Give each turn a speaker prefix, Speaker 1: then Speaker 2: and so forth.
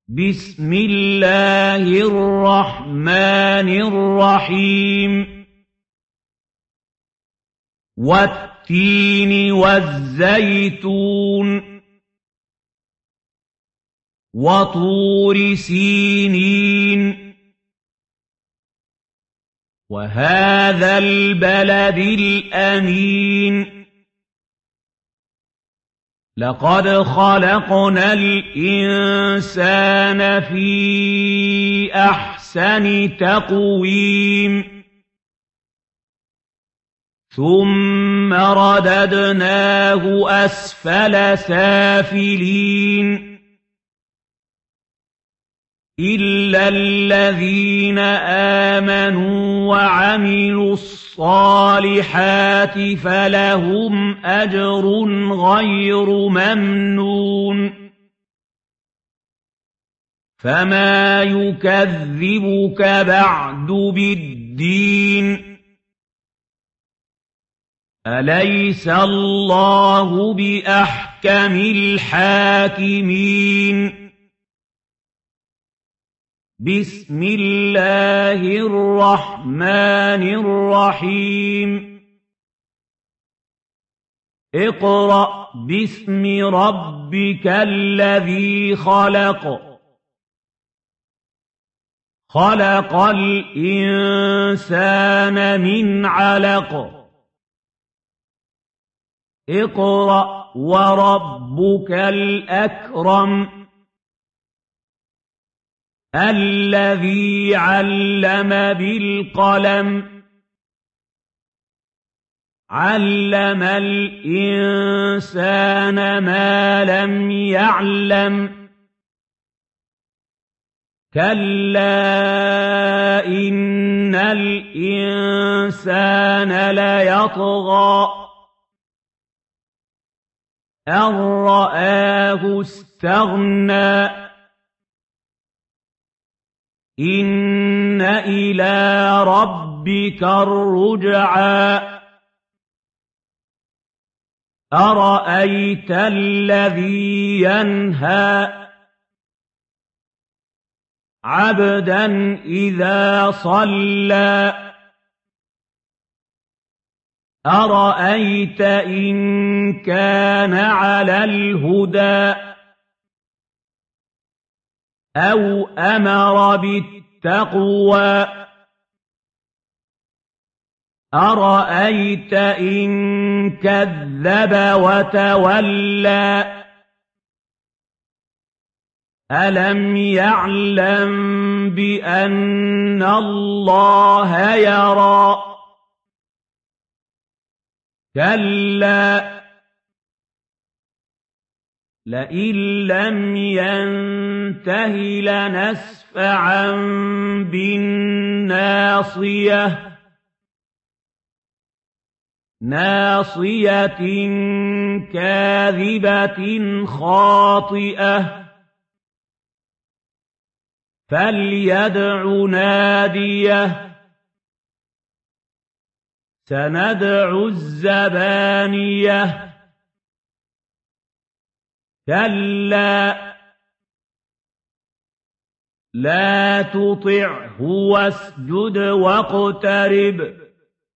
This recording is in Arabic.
Speaker 1: بسم الله الرحمن الرحيم والتين والزيتون وطور سينين وهذا البلد الأمين لقد خلقنا الإنسان في أحسن تقويم ثم رددناه أسفل سافلين إلا الذين آمنوا وعملوا الصالحات فلهم أجر غير ممنون فما يكذبك بعد بالدين أليس الله بأحكم الحاكمين بسم الله الرحمن الرحيم اقرأ باسم ربك الذي خلق خلق الإنسان من علق اقرأ وربك الأكرم الذي علم بالقلم علم الإنسان ما لم يعلم كلا إن الإنسان ليطغى أن رآه استغنى إن إلى ربك الرجعى أرأيت الذي ينهى عبدا إذا صلى أرأيت إن كان على الهدى أو أمر بالتقوى أرأيت إن كذب وتولى ألم يعلم بأن الله يرى كلا لئن لم ينته لنسفعا بالناصية ناصية كاذبة خاطئة فليدع ناديه سندع الزبانية كلا لا تطعه واسجد واقترب